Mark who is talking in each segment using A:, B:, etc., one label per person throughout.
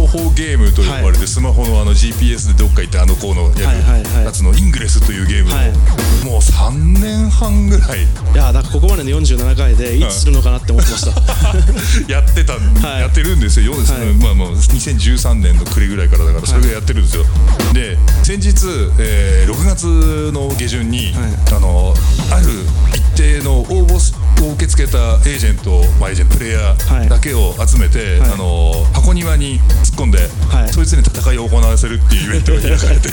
A: 情報ゲームと呼ばれて、スマホのGPS でどっか行ってこうのやるやつのイングレスというゲームのもう3年半ぐらい、
B: いやだからここまでの47回でいつするのかなって思ってました
A: やってるんですよ。まあもう2013年の暮れぐらいからだからそれがやってるんですよ。で先日、6月の下旬に、ある一定の応募を受け付けたエージェント、プレイヤーだけを集めて、箱庭に突っ込んで、そいつに戦いを行わせるっていうイベントが開かれて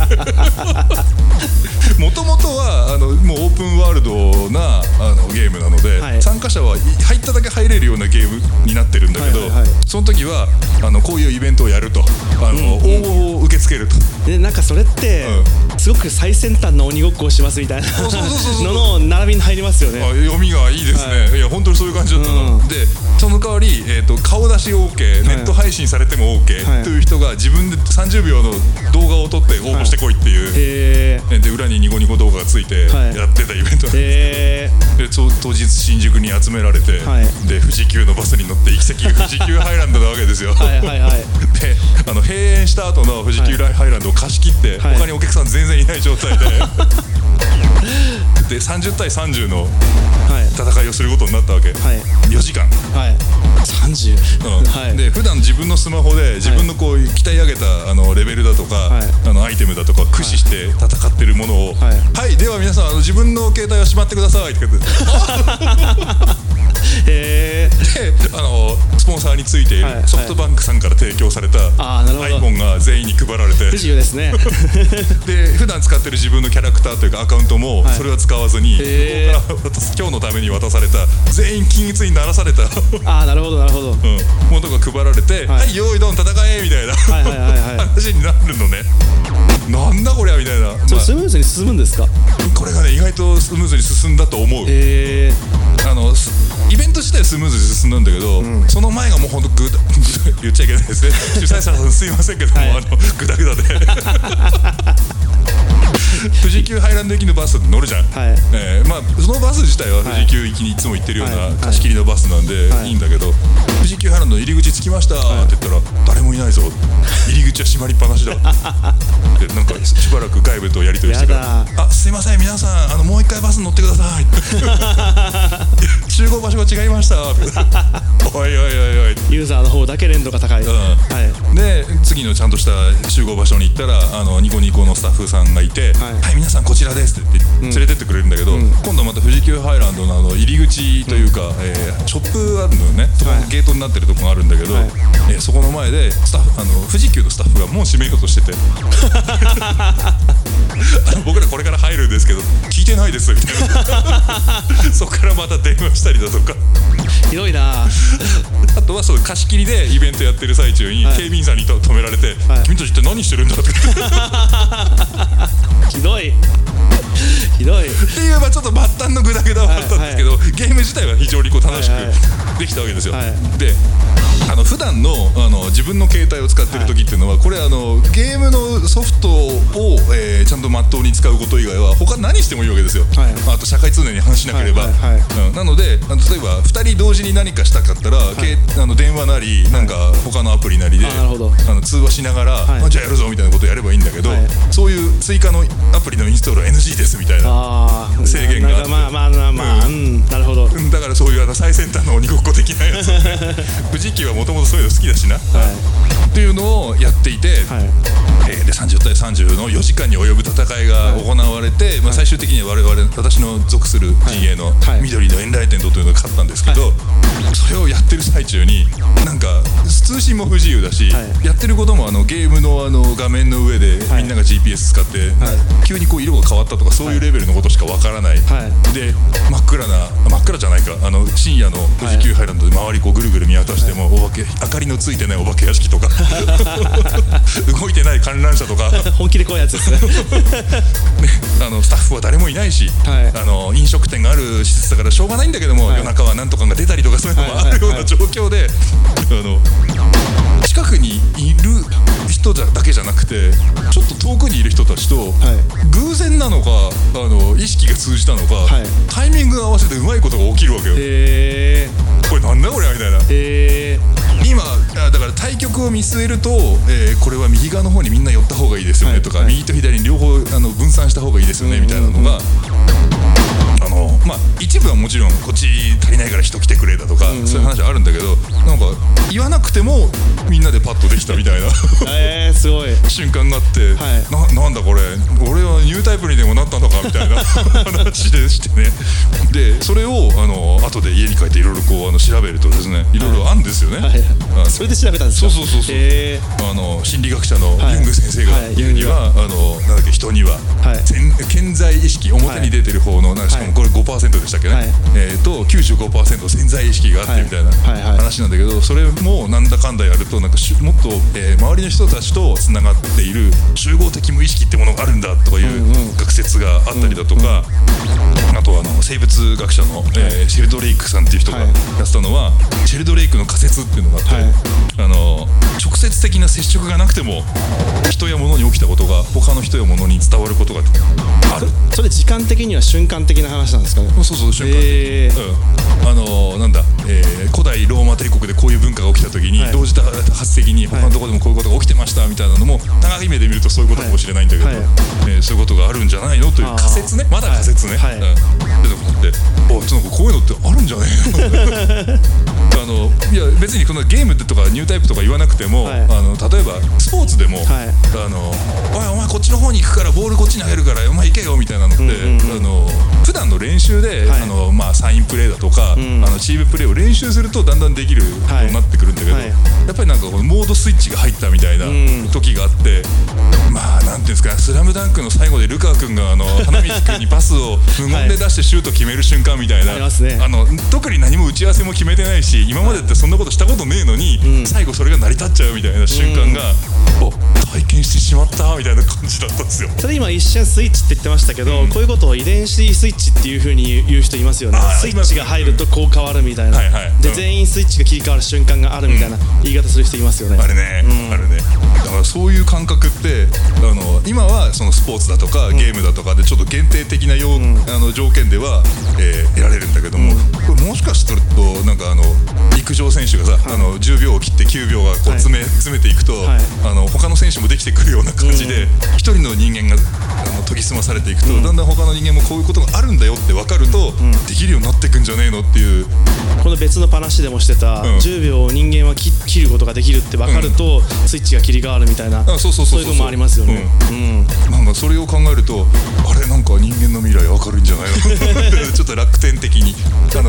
A: もともとはもうオープンワールドなゲームなので、参加者は入っただけ入れるようなゲームになってるんだけど、その時はこういうイベントをやると、応募を受け付けると。
B: でなんかそれって、すごく最先端の鬼ごっこをしますみたいなのの並びに入りますよね。
A: 読みがいいですね。いや本当にそういう感じだったの。でその代わり、顔出し OK、ネット配信されても OK という人が自分で30秒の動画を撮って応募してこいっていう、で裏にニコニコ動画がついてやってたイベントなんですけど、で当日新宿に集められて、で富士急のバスに乗って行き先が富士急ハイランドなわけですよ。で閉園した後の富士急ハイランドを貸し切って、他にお客さん全然いない状態でで30対30の戦いをすることになったわけ。4時間、
B: 30、
A: で普段自分のスマホで自分のこう鍛え上げたレベルだとか、アイテムだとか駆使して戦ってるものを、はいでは皆さん自分の携帯をしまってくださいって言ってでスポンサーについているソフトバンクさんから提供された iPhone が全員に配られて、
B: 不自由ですね
A: で普段使ってる自分のキャラクターというかアカウントもそれは使わずに、向こうから今日のために渡された全員均一にならされた
B: なるほどなるほど、
A: ものが配られて、はい用意ドン戦えみたいな話になるのね。なんだこりゃみたいな。
B: スムーズに進むんですか？
A: これがね意外とスムーズに進んだと思う。イベント自体スムーズに進んだんだけど、その前がもうほんと言っちゃいけないですね主催者さんすいませんけども、グダグダで富士急ハイランド行きのバスに乗るじゃん、そのバス自体は富士急行きにいつも行ってるような貸し切りのバスなんでいいんだけど、富士急ハイランドの入り口着きましたって言ったら誰もいないぞ、入り口は閉まりっぱなしだでなんかしばらく外部とやり取りしてからすいません皆さんもう一回バスに乗ってください集合場所が違いましたおいおいおいおい、
B: ユーザーの方だけ連度が高い、
A: で次のちゃんとした集合場所に行ったらニコニコのスタッフさんがいて、はい皆さんこちらですって言って連れてってくれるんだけど、今度また富士急ハイランドの入り口というか、ショップあるのよね、ゲートになってるとこがあるんだけど、そこの前で富士急のスタッフがもう閉めようとしてて僕らこれから入るんですけど聞いてないですみたいなそこからまた電話したりだとか
B: ひどいな
A: あとはそう貸し切りでイベントやってる最中に警備員さんに止められて、君たちって何してるんだとか
B: ひどいひどい
A: っていうちょっと末端のグダグダはあったんですけど、ゲーム自体は非常に楽しくできたわけですよ。で普段の自分の携帯を使ってる時っていうのはこれゲームのソフトを、ちゃんとまっとうに使うこと以外は他何してもいいわけですよ、あと社会通念に反しなければ、なので例えば2人同時に何かしたかったら、電話なりなんか他のアプリなりで通話しながら、じゃあやるぞみたいなことをやればいいんだけど、そういう追加のアプリのインストールは NG ですみたいな制限があって、
B: なるほど、
A: だからそういう最先端の鬼ごっこ的なやつをね富士急はもともとそういうの好きだしな、っていうのをやっていて、で30対30の4時間に及ぶ戦いが行われて、最終的には私の属する陣営の緑のエンライテントというのが勝ったんですけど、それをやってる最中になんか通信も不自由だし、やってることもゲームの画面の上でみんなが GPS 使って、急にこう色が変わったとかそういうレベルのことしかわからない、で真っ暗じゃないか深夜の富士急ハイランドで周りこうぐるぐる見渡しても明かりのついてないお化け屋敷とか動いてない観覧車とか
B: 本気で怖いやつですね
A: スタッフは誰もいないし、飲食店がある施設だからしょうがないんだけども、夜中はなんとかが出たりとかそういうのもあるような状況で、近くにいる人だけじゃなくてちょっと遠くにいる人たちと、偶然なのか意識が通じたのか、タイミング合わせてうまいことが起きるわけよ。これなんだこれみたいな。 今だから対局を見据えると、これは右側の方にみんな寄った方がいいですよねとか、右と左に両方分散した方がいいですよねみたいなのが、まあ一部はもちろんこっち足りないから人来てくれだとか、そういう話はあるんだけど、なんか言わなくてもみんなでパッとできたみたいな
B: すごい
A: 瞬間があって、なんだこれ、俺はニュータイプにでもなったのかみたいな話でしてね。でそれを後で家に帰っていろいろこう調べるとですね、いろいろあるんですよね。
B: それで調べたんですか？
A: そう心理学者のユング先生が言うには、なんだっけ、人には潜在意識、表に出てる方のしかもこれ 5% でしたっけね、と 95% 潜在意識があってみたいな話なんだけど、それもなんだかんだやるとなんかもっと周りの人たちとつながっている集合的無意識ってものがあるんだとかいう学説があったりだとか、あとは生物学者のシェルドレイクさんっていう人がやってたのは、シェルドレイクの仮説っていうのがあって、直接的な接触がなくても人や物に起きたことが他の人や物に伝わることがある。
B: それ時間的には瞬間的な話なんですかね？
A: そう瞬間的、なんだ、古代ローマ帝国でこういう文化が起きた時に、同時多発的に他のところでもこういうことが起きてましたみたいなのも長い目で見るとそういうことかもしれないんだけど、そういうことがあるんじゃないのという仮説ね、まだ仮説ね。でもってこういうのってあるんじゃねえのいや別にこのゲームとかニュータイプとか言わなくても、例えばスポーツでも、お前こっちの方に行くからボールこっちに投げるからお前行けよみたいなのって、普段の練習で、サインプレーだとか、チームプレーを練習するとだんだんできるようになってくるんだけど、やっぱりなんかこのモードスイッチが入ったみたいな時があって、なんていうんですか、スラムダンクの最後でルカ君が花道君にパスを無言で出してシュート決める瞬間みたいな、特に何も打ち合わせも決めてないし、今までってそんなことしたことねえのに、最後それが成り立っちゃうみたいな瞬間が、体験してしまったみたいな感じだったんですよ。
B: それ今一瞬スイッチって言ってましたけど、こういうことを遺伝子スイッチっていう風に言う人いますよね。スイッチが入るとこう変わるみたいな、で全員スイッチが切り替わる瞬間があるみたいな言い方する人いますよね。
A: あるね。だからそういう感覚って今はそのスポーツだとかゲームだとかでちょっと限定的な条件では得られるんだけども、これもしかするとなんか陸上選手がさ、10秒を切って9秒がこう詰めていくと、他の選手もできてくるような感じで、一人の人間が研ぎ澄まされていくと、だんだん他の人間もこういうことがあるんだよって分かると、できるようになっていくんじゃねえのっていう。
B: この別の話でもしてた、10秒を人間は切ることができるって分かると、スイッチが切り替わるみたいな、そういうのもありますよね。
A: なんかそれを考えると、あれなんか人間の未来明るいんじゃないのちょっと楽天的に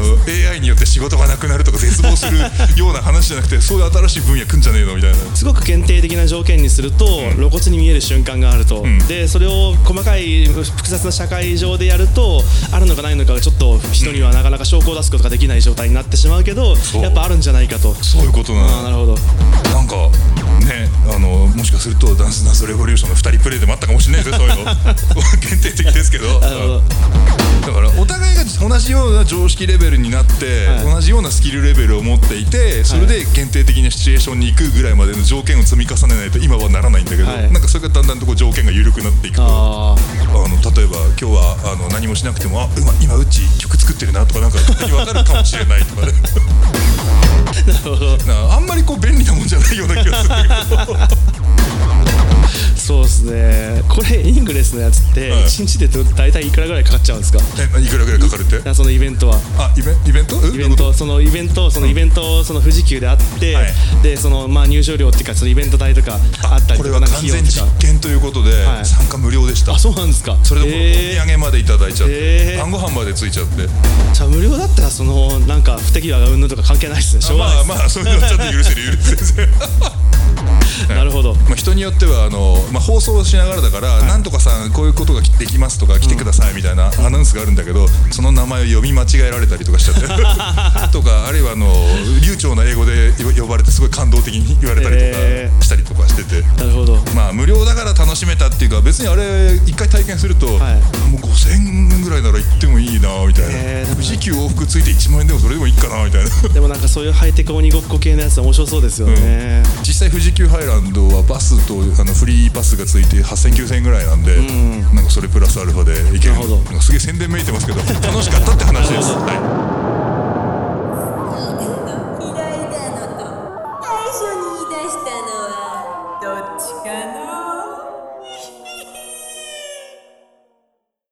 A: AI によって仕事がなくなるとか絶望するような話じゃなくて、そういう新しい分野来んじゃねえのみたいな。
B: すごく限定的な条件にすると、露骨に見える瞬間があると、でそれを細かい複雑な社会上でやると、あるのかないのかがちょっと人にはなかなか証拠を出すことができない状態になってしまうけど、やっぱあるんじゃないかと。
A: そういうことな。
B: なるほど。
A: なんかね、もしかするとダンスダンスレボリューションの2人プレイでもあったかもしれないですよ、そういうの限定的ですけど。だからお互いが同じような常識レベルになって、同じようなスキルレベルを持っていて、それで限定的なシチュエーションに行くぐらいまでの条件を積み重ねないと今はならないんだけど、なんかそれがだんだんとこう条件が緩くなっていくと、例えば今日は何もしなくても、今うち曲作ってるなとかなんか分かるかもしれないとかね
B: なるほど。
A: あんまりこう便利なもんじゃないような気がするけど
B: そうですね。これイングレスのやつって1日で大体いくらぐらいかかっちゃうんですか？
A: いくらぐらいかかるって？
B: そのイベントは。
A: イベント
B: そのイベント富士急であって、でその入場料っていうかそのイベント代とかあったりとか、
A: これは完全実験ということで参加無料でした。
B: そうなんですか。
A: それでお土産までいただいちゃって、晩ご飯までついちゃって。
B: じゃあ無料だったらなんか不手際がうんぬとか関係ないですね。しょうがないです。
A: まあそういうのはちょっと許せる
B: なるほど。
A: 人によっては放送しながらだから、なんとかさんこういうことができますとか来てくださいみたいなアナウンスがあるんだけど、その名前を読み間違えられたりとかしちゃってとか、あるいは流暢な英語で呼ばれてすごい感動的に言われたりとかしたりとかしてて、
B: なるほど。
A: 無料だから楽しめたっていうか、別にあれ一回体験すると、もう5000円ぐらいなら行ってもいいなみたいな、富士急往復ついて1万円でもそれでもいいかなみたいな
B: でもなんかそういうハイテク鬼ごっこ系のやつは面白そうですよね。
A: 実際富士急ハイランドはバスとフリーパスがついて8000、9000円ぐらいなんで、なんかそれプラスアルファでいける。すげえ宣伝めいてますけど楽しかったって話です。